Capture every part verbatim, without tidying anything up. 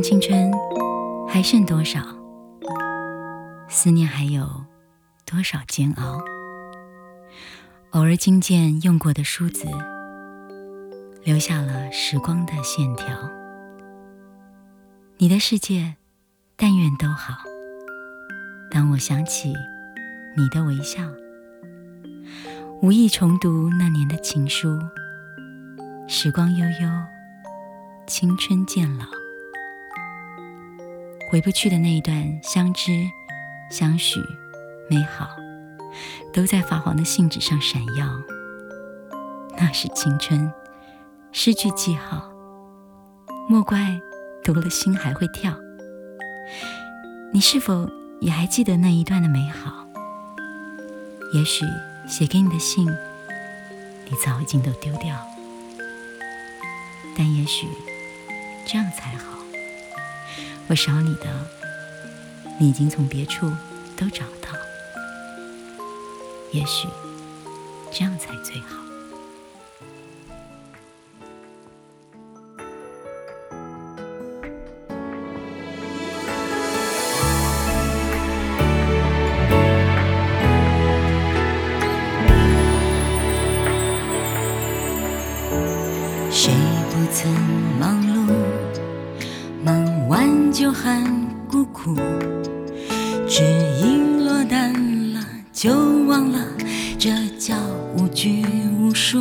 青春还剩多少？思念还有多少煎熬？偶尔惊见用过的梳子，留下了时光的线条。你的世界但愿都好，当我想起你的微笑，无意重读那年的情书，时光悠悠，青春渐老，回不去的那一段相知相许美好，都在发黄的信纸上闪耀。那是青春，失去记号，莫怪读了心还会跳。你是否也还记得那一段的美好？也许写给你的信你早已经都丢掉，但也许这样才好。我少你的，你已经从别处都找到，也许这样才最好。 谁不曾忙碌，忙完就喊孤苦，只因落单了就忘了，这叫无拘无束。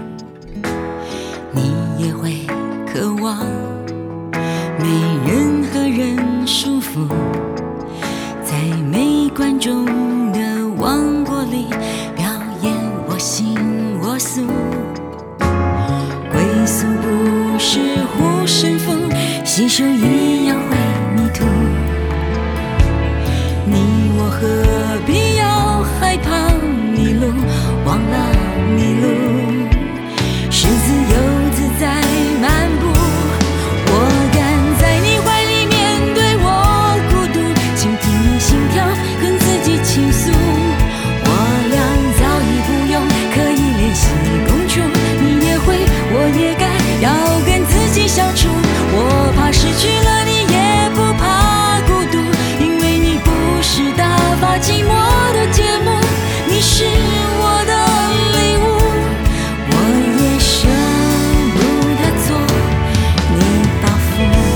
你也会渴望没任何人束缚，在没观众的王国里表演我行我素。归宿不是护身符，洗手一样会迷途。你我何必要害怕迷路，忘了迷路，是自由自在漫步。我敢在你怀里面对我孤独，倾听你心跳，跟自己倾诉。我俩早已不用刻意练习共处，你也会我也该要跟自己相处。我怕失去了你，也不怕孤独，因为你不是打发寂寞的节目，你是我的礼物。我也舍不得做你包袱。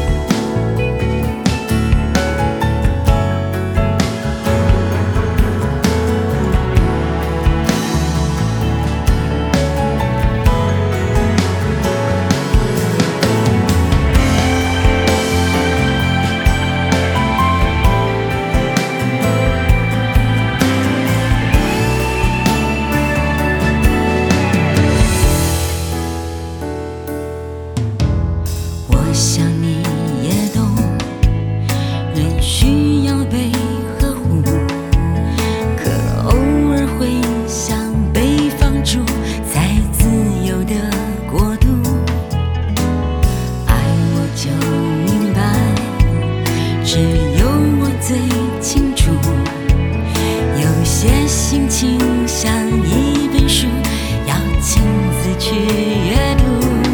我想你也懂，人需要被呵护，可偶尔会想被放逐在自由的国度。爱我就明白，只有我最清楚，有些心情像一本书，要亲自去阅读。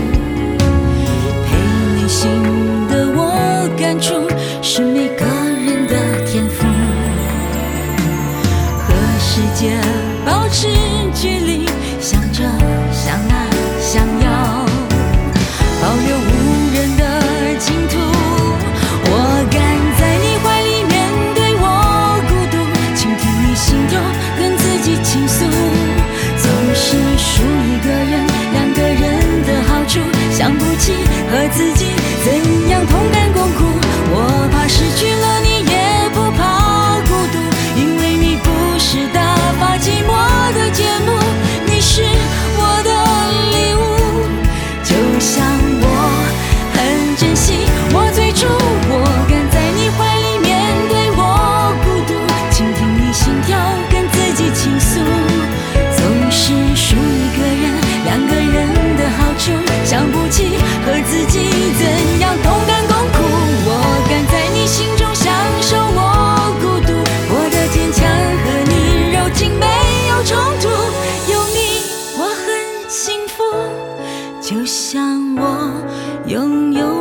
心的我感触是每个人的天赋，和世界保持距离，想着想啊想要保留无人的净土。我敢在你怀里面对我孤独，倾听你心跳，跟自己倾诉。总是输一个人两个人的好处，想不起和自己怎样同甘共苦。我怕失去了你，也不怕孤独，因为你不是打发寂寞的节目，你是我的礼物。就像我很珍惜我最初，我敢在你怀里面对我孤独，倾听你心跳，跟自己倾诉。总是输一个人两个人的好处，想不起和自己怎样同甘共苦。我敢在你心中享受我孤独，我的坚强和你柔情没有冲突，有你我很幸福，就像我拥有